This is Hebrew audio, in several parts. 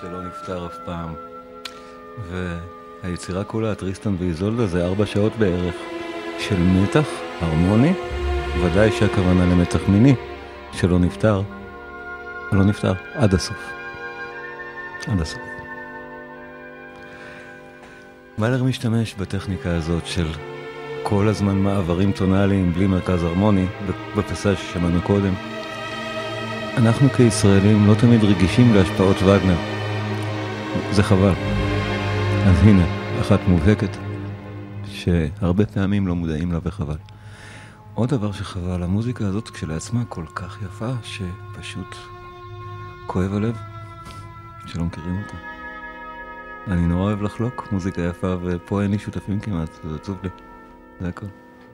שלא נפטר אף פעם. והיצירה כולה, טריסטן ואיזולדה, זה 4 שעות בערך של מתח הרמוני, ודאי שהכוונה למתח מיני, שלא נפטר. לא נפטר, עד הסוף. עד הסוף. מאלר משתמש בטכניקה הזאת של כל הזמן מעברים טונליים בלי מרכז הרמוני, בפסאז' ששמענו קודם. אנחנו כישראלים לא תמיד רגישים להשפעות וגנר. זה חבל. אז הנה, אחת מובהקת, שהרבה פעמים לא מודעים לה וחבל. עוד דבר שחבל, המוזיקה הזאת כשלעצמה כל כך יפה, שפשוט כואב הלב, שלא מכירים אותה. אני נורא אוהב לחלוק, מוזיקה יפה, ופה אין לי שותפים כמעט, זה עצוב לי. זה הכל.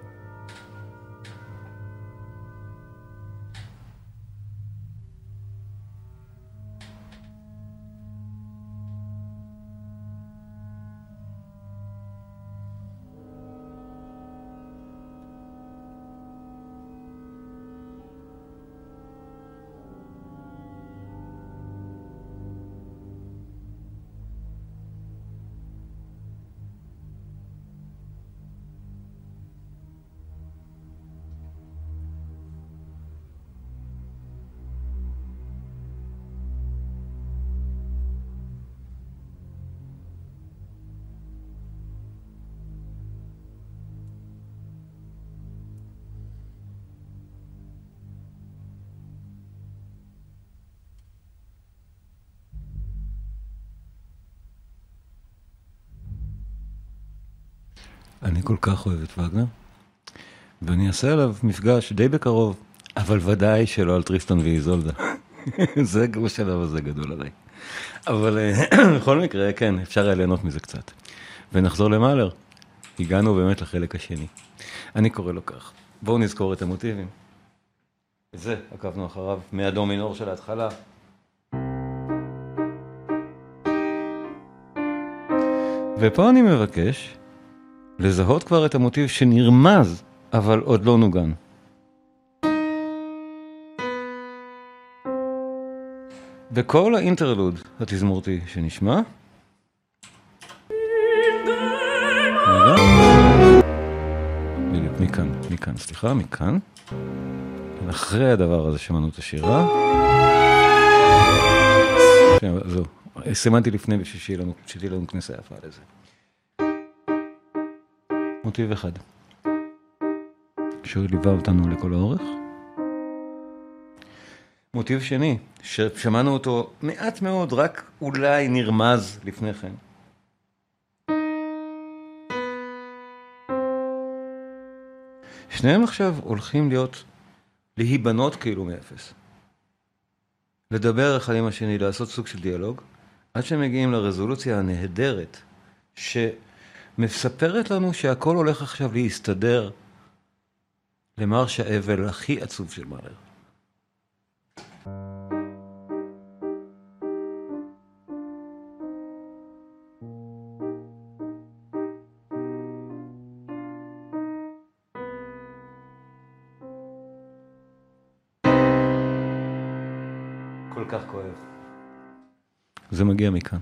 אני כל כך אוהב את וגנר, ואני אעשה עליו מפגש די בקרוב, אבל ודאי שלא על טריסטן ואיזולדה. זה בשלב הזה גדול עליי. אבל בכל מקרה, כן, אפשר היה ליהנות מזה קצת. ונחזור למאלר. הגענו באמת לחלק השני. אני קורא לו כך. בואו נזכור את המוטיבים. וזה, עקבנו אחריו, מהדו מינור של ההתחלה. ופה אני מבקש לזהות כבר את המוטיב שנרמז, אבל עוד לא נוגן. בכל האינטרלוד התזמורתי שנשמע, מכאן. אחרי הדבר הזה שמענו את השירה. זהו, סימנתי לפני שתהיה לנו כניסה יפה לזה. מוטיב אחד, שהוא ליווה אותנו לכל האורך. מוטיב שני, ששמענו אותו מעט מאוד, רק אולי נרמז לפני כן. שניהם עכשיו הולכים להיבנות כאילו מאפס. לדבר אחד עם השני, לעשות סוג של דיאלוג, עד שמגיעים לרזולוציה הנהדרת, שמספרת לנו שהכל הולך עכשיו להסתדר למרש האבל הכי עצוב של מאלר. כל כך כואב. זה מגיע מכאן.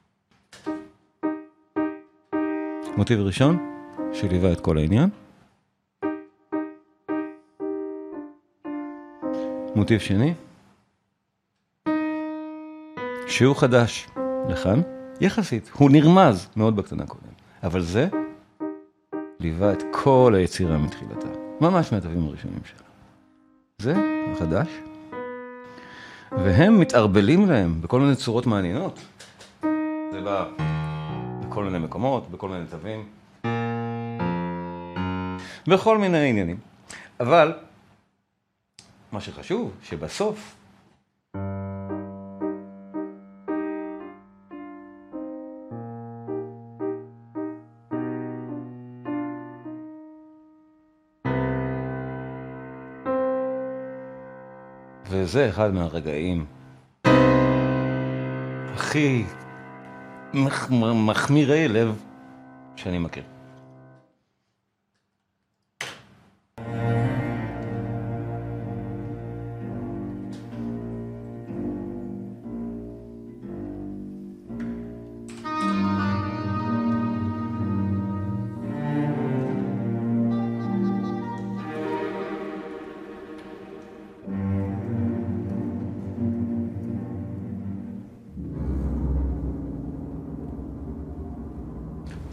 מוטיב ראשון, שליווה את כל העניין. מוטיב שני, שהוא חדש לכאן, יחסית. הוא נרמז מאוד בקטנה קודם. אבל זה ליווה את כל היצירה מתחילתה. ממש מהטובים הראשונים שלה. זה החדש. והם מתערבלים להם בכל מיני צורות מעניינות. זה בא בכל מיני מקומות, בכל מיני תווים, בכל מיני עניינים. אבל מה שחשוב, שבסוף וזה אחד מהרגעים הכי מחמירי לב שאני מכיר.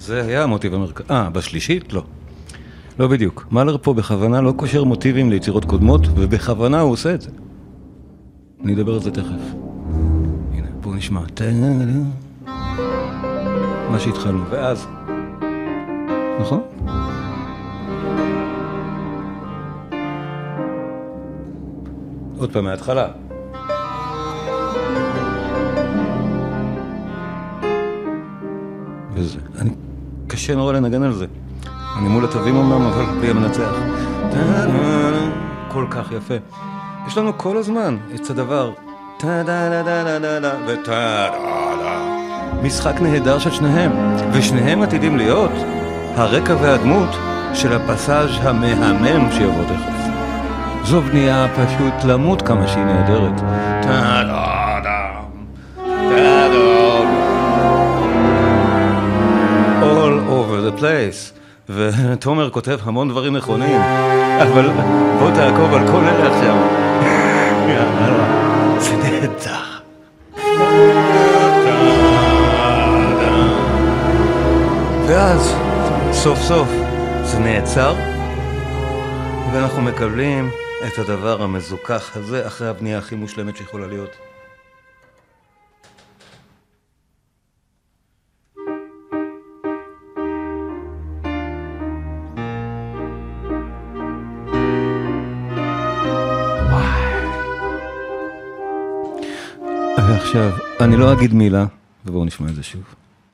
זה היה המוטיב המרכזי. בשלישית? לא. לא בדיוק. מאלר פה בכוונה לא קושר מוטיבים ליצירות קודמות, ובכוונה הוא עושה את זה. אני אדבר על זה תכף. הנה, בואו נשמע. מה שהתחלנו, ואז. נכון? עוד פעם מההתחלה. וזה. קשה נורא לנגן על זה. אני מול התווים אומנם, אבל בלי המנצח. כל כך יפה. יש לנו כל הזמן את הדבר. משחק נהדר של שניהם, ושניהם עתידים להיות הרקע והדמות של הפסאז' המהמם שיבוא תכף. זו בנייה פשוט למות כמה שהיא נהדרת. All over the place. ותומר כותב המון דברים נכונים, אבל בוא תעקוב על כל אלה עכשיו. יאללה, זה נהדר. ואז, סוף סוף, זה נעצר, ואנחנו מקבלים את הדבר המזוכח הזה אחרי הבנייה הכי מושלמת שיכולה להיות. ועכשיו, אני לא אגיד מילה, ובואו נשמע את זה שוב.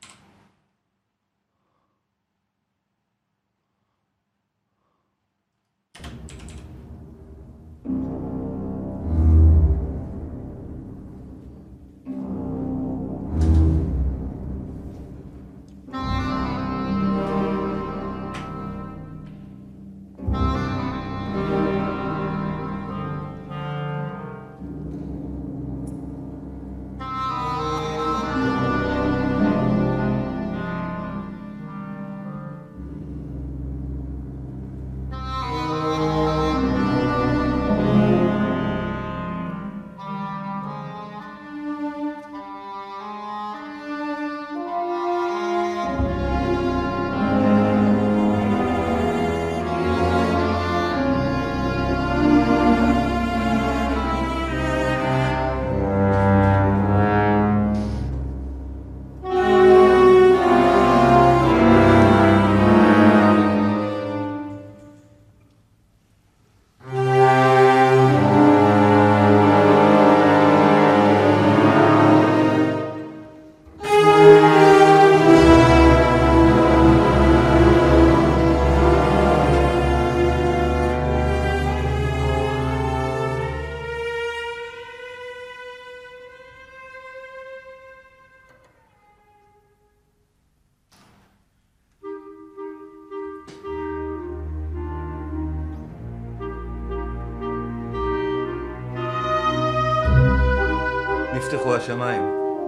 נפתחו השמיים.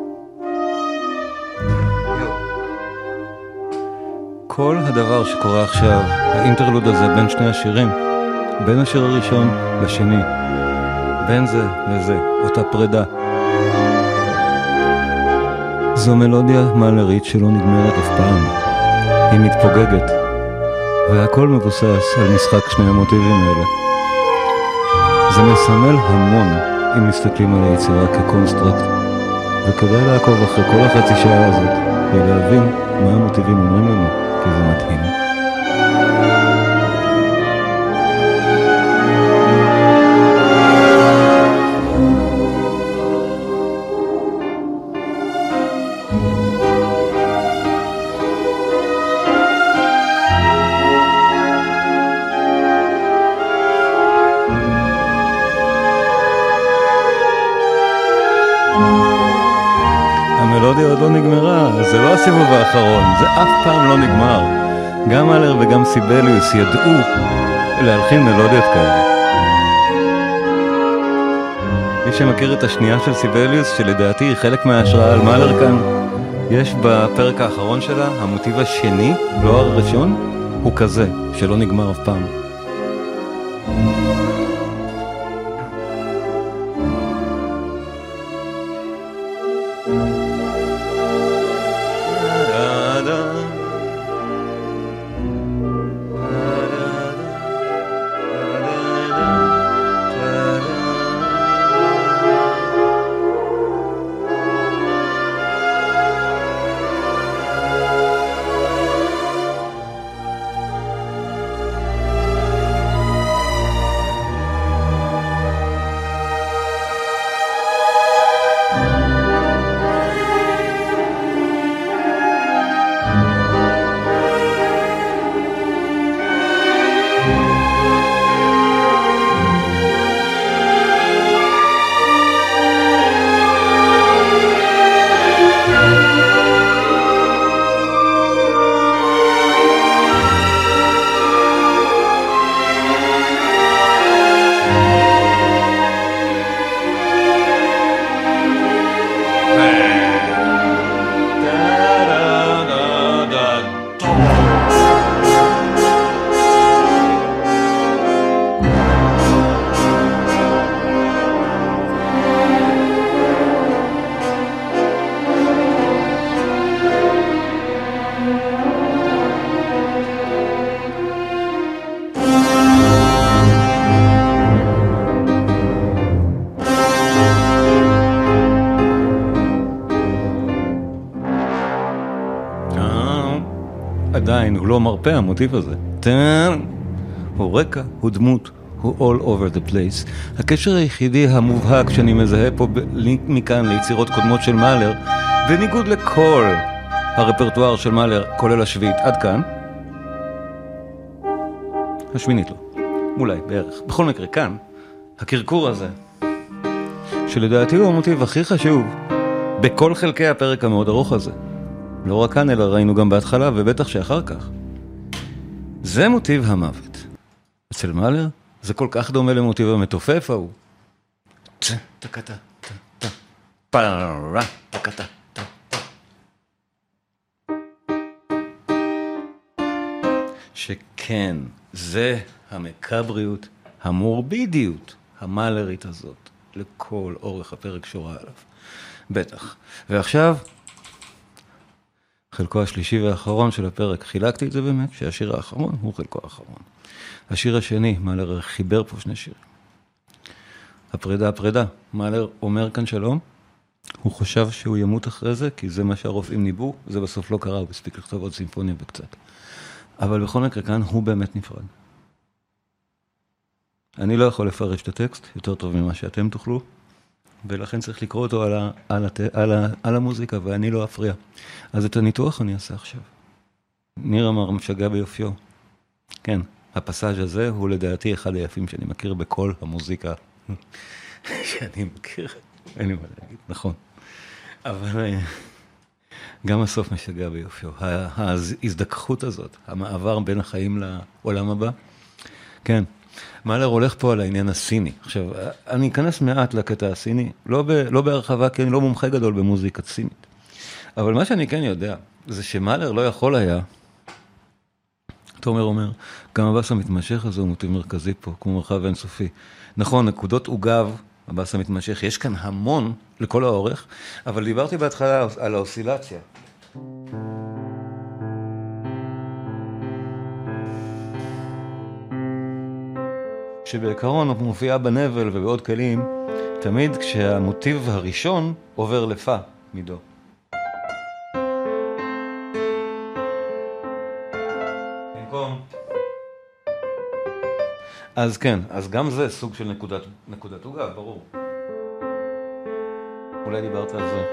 כל הדבר שקורה עכשיו, האינטרלוד הזה בין שני השירים, בין השיר הראשון לשני, בין זה לזה, אותה פרידה. זו מלודיה מאלרית שלא נגמרת אף פעם. היא מתפוגגת, והכל מבוסס על משחק שני המוטיבים האלה. זה מסמל המון אם מסתכלים על היצירה כקונסטרקט, וכדאי לעקוב אחרי כל החצי שעה הזאת ולהבין מה המוטיבים אומרים לנו, כי זה מדהים. המלודיה עוד לא נגמרה, זה לא הסיבוב האחרון, זה אף פעם לא נגמר. גם מאלר וגם סיבליוס ידעו להלחין מלודיות כאלה. מי שמכיר את השנייה של סיבליוס, שלדעתי היא חלק מההשראה על מאלר כאן, יש בפרק האחרון שלה, המוטיב השני, לא הראשון, הוא כזה, שלא נגמר אף פעם. עדיין הוא לא מרפא המוטיב הזה. הוא רקע, הוא דמות, הוא all over the place. הקשר היחידי המובהק שאני מזהה פה מכאן ליצירות קודמות של מאלר, בניגוד לכל הרפרטואר של מאלר, כולל השביעית, עד כאן, השמינית לא. אולי, בערך. בכל מקרה, כאן, הקרקור הזה, שלדעתי הוא המוטיב הכי חשוב בכל חלקי הפרק המאוד ארוך הזה. לא רק כאן, אלא ראינו גם בהתחלה, ובטח שאחר כך. זה מוטיב המוות. אצל מאלר, זה כל כך דומה למוטיב המתופף ההוא. טקטה, טה, פרה, טקטה, טה. שכן, זה המקבריות, המורבידיות, המאלרית הזאת, לכל אורך הפרק שורה עליו. בטח. ועכשיו, חלקו השלישי והאחרון של הפרק, חילקתי את זה באמת, שהשיר האחרון הוא חלקו האחרון. השיר השני, מאלר חיבר פה שני שירים. הפרידה. מאלר אומר כאן שלום, הוא חושב שהוא ימות אחרי זה, כי זה מה שהרופאים ניבאו, זה בסוף לא קרה, הוא הספיק לכתוב עוד סימפוניה וקצת. אבל בכל מקרה כאן הוא באמת נפרד. אני לא יכול לפרש את הטקסט יותר טוב ממה שאתם תוכלו, ולכן צריך לקרוא אותו על המוזיקה, ואני לא אפריע. אז את הניתוח אני אעשה עכשיו. ניר אמר משגע ביופיו. כן, הפסאז' הזה הוא לדעתי אחד היפים שאני מכיר בכל המוזיקה שאני מכיר. אין לי מה להגיד, נכון. אבל גם הסוף משגע ביופיו. ההזדככות הזאת, המעבר בין החיים לעולם הבא. כן. מאלר הולך פה על העניין הסיני. עכשיו, אני אכנס מעט לקטע הסיני, לא בהרחבה, כי אני לא מומחה גדול במוזיקה סינית. אבל מה שאני כן יודע, זה שמאלר לא יכול היה, תומר אומר, גם הבאס המתמשך הזה הוא מוטיב מרכזי פה, כמו מרחב אינסופי. נכון, נקודות עוגב, הבאס המתמשך, יש כאן המון לכל האורך, אבל דיברתי בהתחלה על האוסילציה. שבעיקרון מופיעה בנבל ובעוד כלים, תמיד כשהמוטיב הראשון עובר לפא מדו. במקום. אז כן, אז גם זה סוג של נקודת עוגה, ברור. אולי דיברת על זה.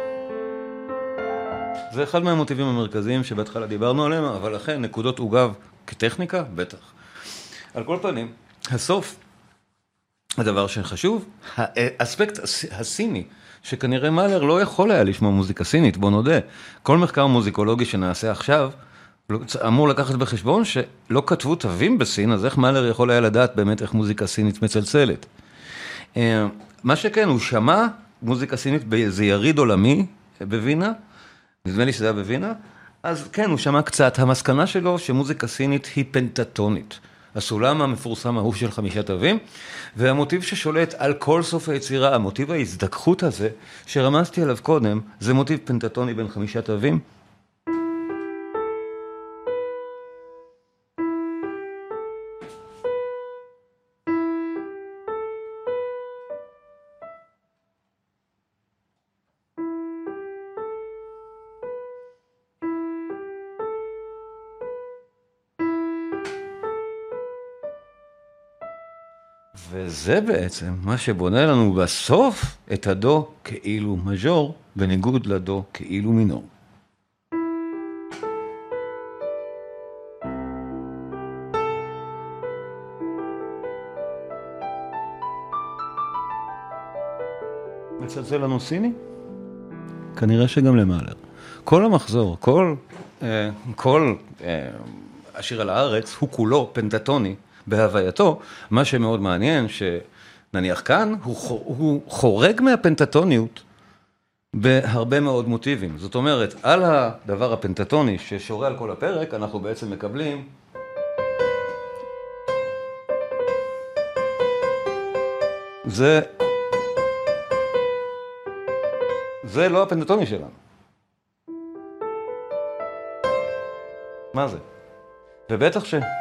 זה אחד מהמוטיבים המרכזיים שבהתחלה דיברנו עליהם, אבל לכן נקודות עוגב כטכניקה, בטח. על כל פנים, הסוף, הדבר שחשוב, האספקט הסיני, שכנראה מאלר לא יכול היה לשמוע מוזיקה סינית, בוא נודה. כל מחקר מוזיקולוגי שנעשה עכשיו, אמור לקחת בחשבון שלא כתבו תווים בסין, אז איך מאלר יכול היה לדעת באמת איך מוזיקה סינית מצלצלת. מה שכן, הוא שמע מוזיקה סינית באיזה יריד עולמי בווינה, נדמה לי שזה היה בווינה, אז כן, הוא שמע קצת. המסקנה שלו שמוזיקה סינית היא פנטטונית. הסולם המפורסם ההוא של 5 תווים, והמוטיב ששולט על כל סוף היצירה, המוטיב ההזדככות הזה, שרמזתי עליו קודם, זה מוטיב פנטטוני בין 5 תווים. וזה בעצם מה שבונה לנו בסוף את הדו כאילו מז'ור, בניגוד לדו כאילו מינור. מצלצל לנו סיני? כנראה שגם למאלר. כל המחזור, כל השיר על הארץ הוא כולו פנטטוני, בהווייתו. מה שמאוד מעניין, שנניח כאן, הוא חורג מהפנטטוניות בהרבה מאוד מוטיבים. זאת אומרת, על הדבר הפנטטוני ששורה על כל הפרק, אנחנו בעצם מקבלים זה לא הפנטטוני שלנו. מה זה? ובטח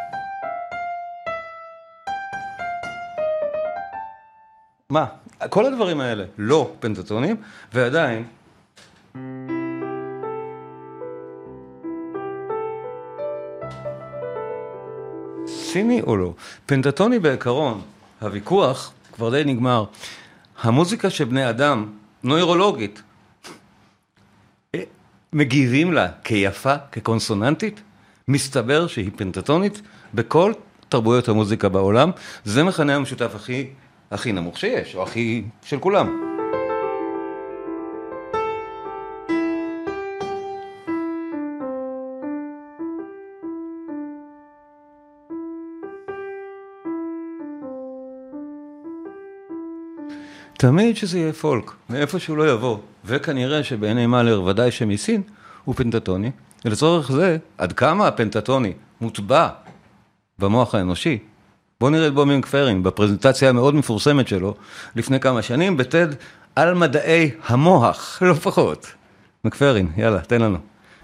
מה? כל הדברים האלה לא פנטטונים, ועדיין ציני או לא. פנטטוני בעיקרון, הוויכוח כבר די נגמר. המוזיקה של בני אדם, נוירולוגית, מגיבים לה כיפה, כקונסוננטית, מסתבר שהיא פנטטונית בכל תרבויות המוזיקה בעולם. זה מכנה המשותף הכי נמוך שיש, או הכי של כולם. תמיד שזה יהיה פולק, מאיפה שהוא לא יבוא, וכנראה שבעיני מאלר ודאי שמסין הוא פנטטוני, ולצורך זה, עד כמה הפנטטוני מוטבע במוח האנושי, בואו נראה את בומי מקפרין, בפרזנטציה המאוד מפורסמת שלו, לפני כמה שנים, בטד על מדעי המוח, לא פחות. מקפרין, יאללה, תן לנו.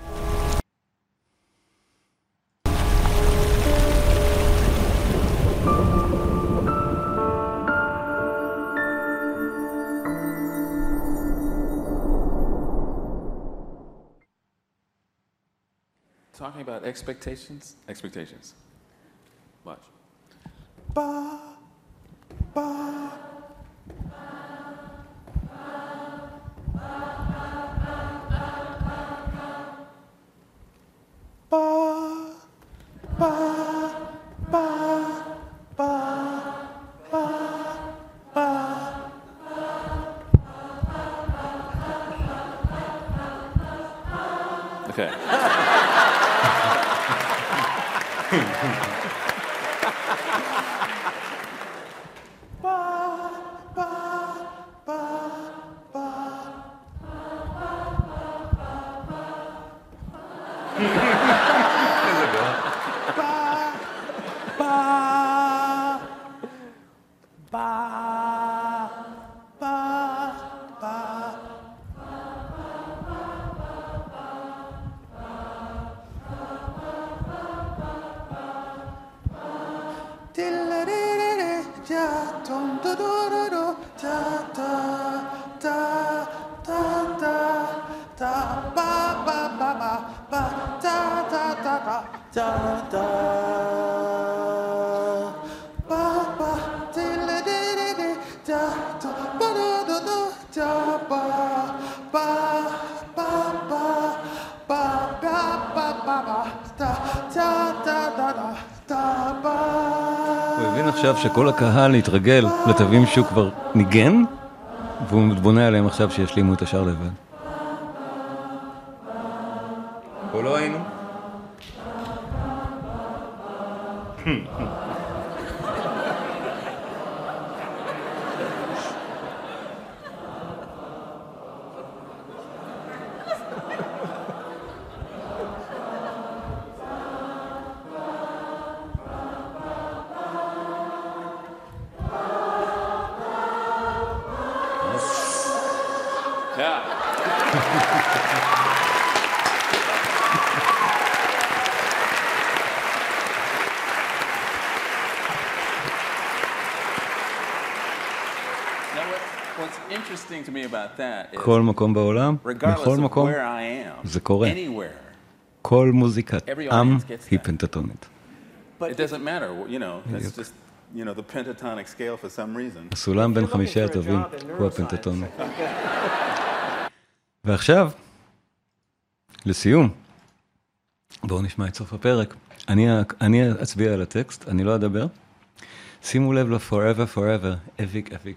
Talking about expectations. Watch. Okay. הוא הבין עכשיו שכל הקהל התרגל לתווים שהוא כבר ניגן, והוא מתבונע עליהם עכשיו שישלימו את השאר לבד. או לא היינו? כל מקום בעולם, בכל מקום, זה קורה. כל מוזיקת עם היא פנטטונית. הסולם בין חמישה הטובים הוא הפנטטוני. ועכשיו, לסיום, בואו נשמע את סוף הפרק. אני אצביע על הטקסט, אני לא אדבר. שימו לב ל-Forever Forever, אפיק אפיק.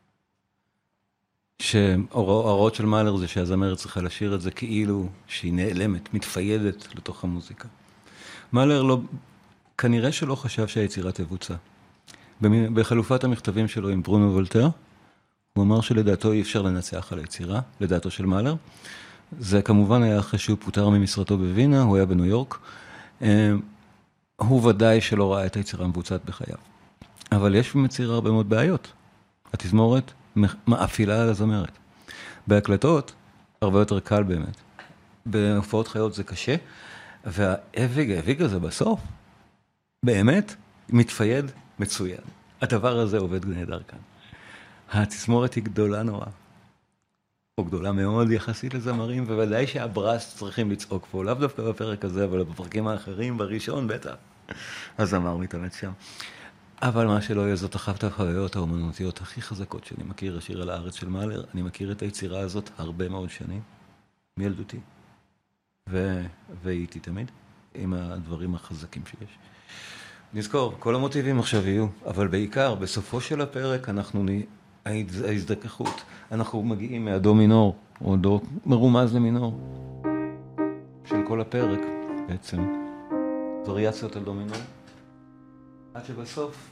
שההוראות של מאלר זה שהזמרת צריכה לשיר את זה כאילו שהיא נעלמת, מתפיידת לתוך המוזיקה. מאלר לא, כנראה שלא חשב שהיצירה תבוצע. בחלופת המכתבים שלו עם ברונו וולטר, הוא אמר שלדעתו אי אפשר לנצח על היצירה, לדעתו של מאלר. זה כמובן היה אחרי שהוא פוטר ממשרתו בווינה, הוא היה בניו יורק. הוא ודאי שלא ראה את היצירה מבוצעת בחייו. אבל יש במציר הרבה מאוד בעיות. התזמורת מאפילה על הזמרת. בהקלטות, הרבה יותר קל באמת. בהופעות חיות זה קשה, והאביג הזה בסוף, באמת, מתפייד מצוין. הדבר הזה עובד נהדר כאן. התזמורת היא גדולה נורא, או גדולה מאוד יחסית לזמרים, וודאי שהברס צריכים לצעוק פה, לאו דווקא בפרק הזה, אבל בפרקים האחרים, בראשון בטח. הזמר מתאמץ שם. אבל מה שלא יהיה, זאת אחת החוויות האומנותיות הכי חזקות שאני מכיר, השיר על הארץ של מאלר. אני מכיר את היצירה הזאת הרבה מאוד שנים, מילדותי, והייתי תמיד עם הדברים החזקים שיש. נזכור, כל המוטיבים עכשיו יהיו, אבל בעיקר, בסופו של הפרק, ההזדככות, אנחנו מגיעים מהדו מינור, או דו מרומז למינור, של כל הפרק, בעצם, וריאציות על דו מינור, עד שבסוף,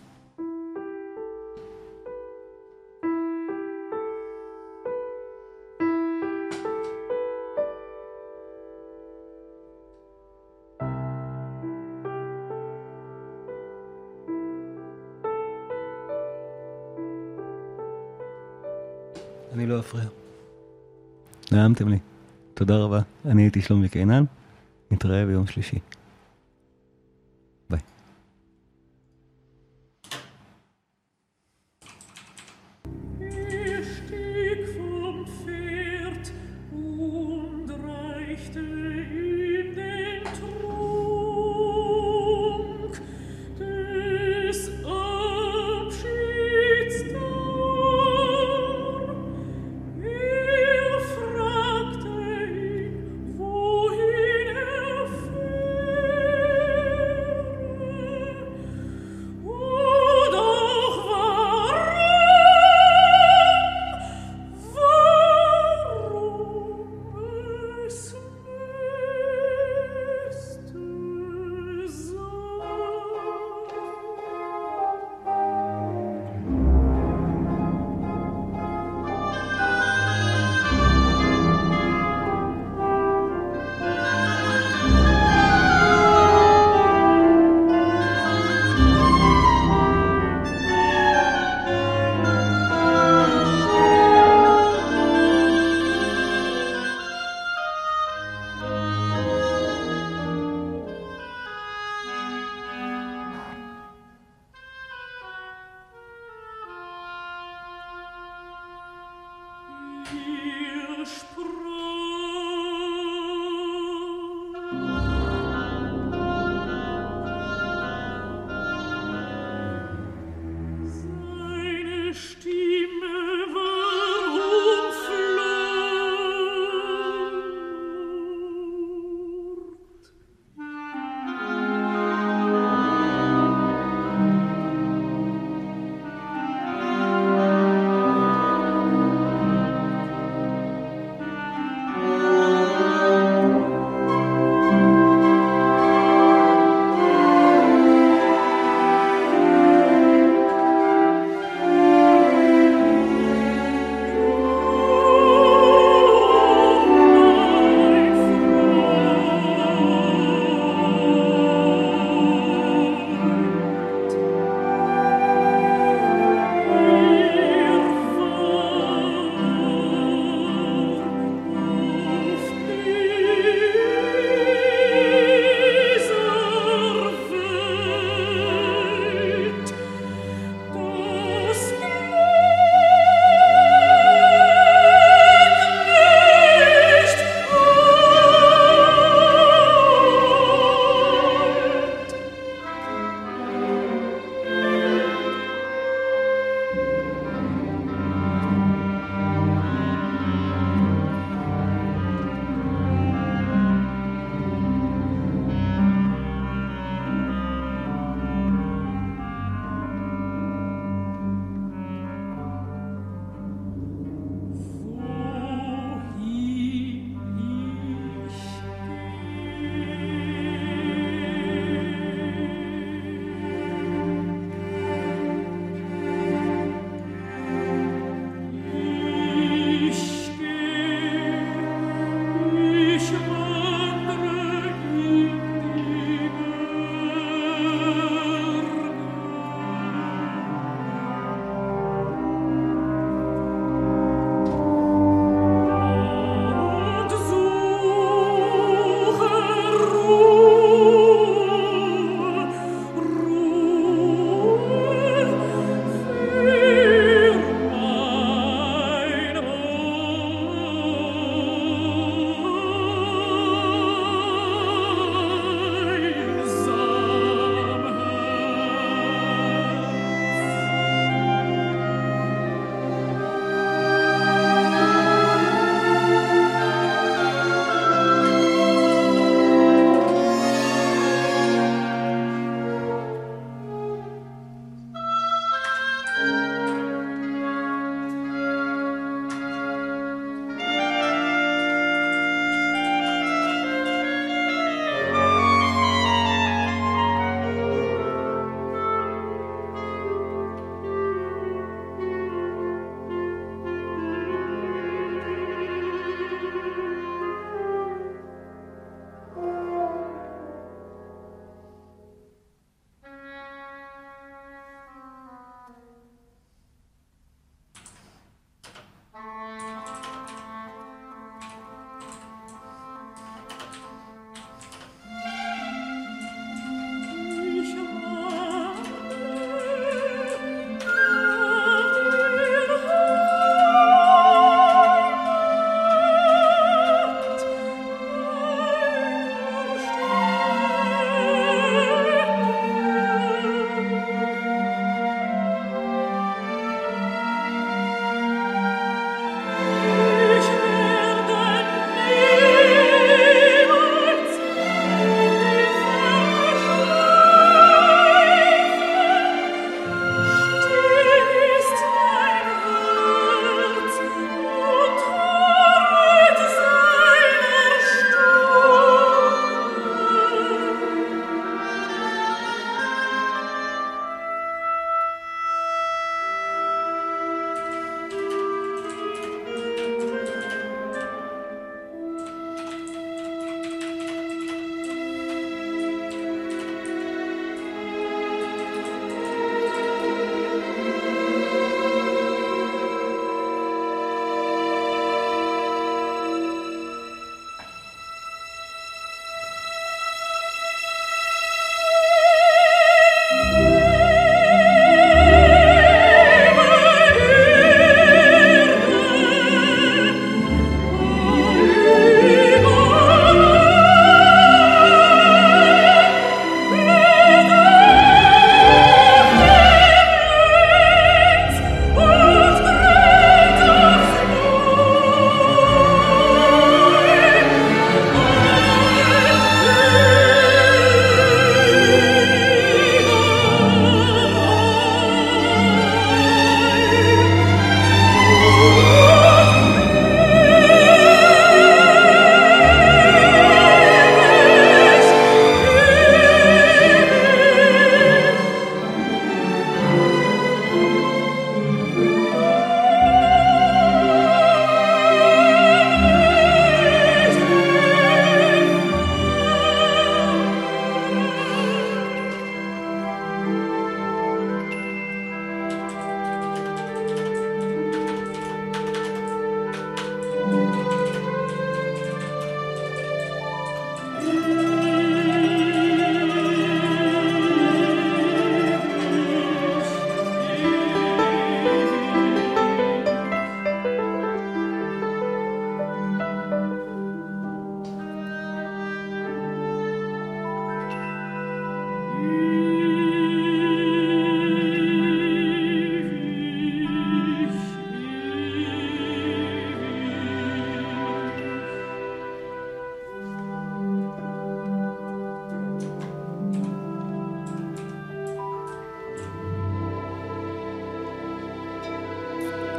אני לא אפריע. נעמתם לי. תודה רבה. אני הייתי שלומי קינן. נתראה ביום שלישי. ביי.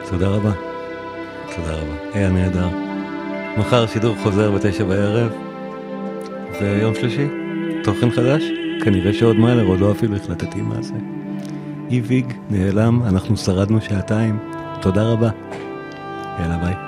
תודה רבה. תודה רבה. היה נהדר. מחר שידור חוזר ב9 בערב, ויום שלישי, תוכן חדש. כנראה שעוד מיילר, עוד לא אפילו החלטתי מה זה. איביג נעלם, אנחנו שרדנו שעתיים. תודה רבה. יאללה ביי.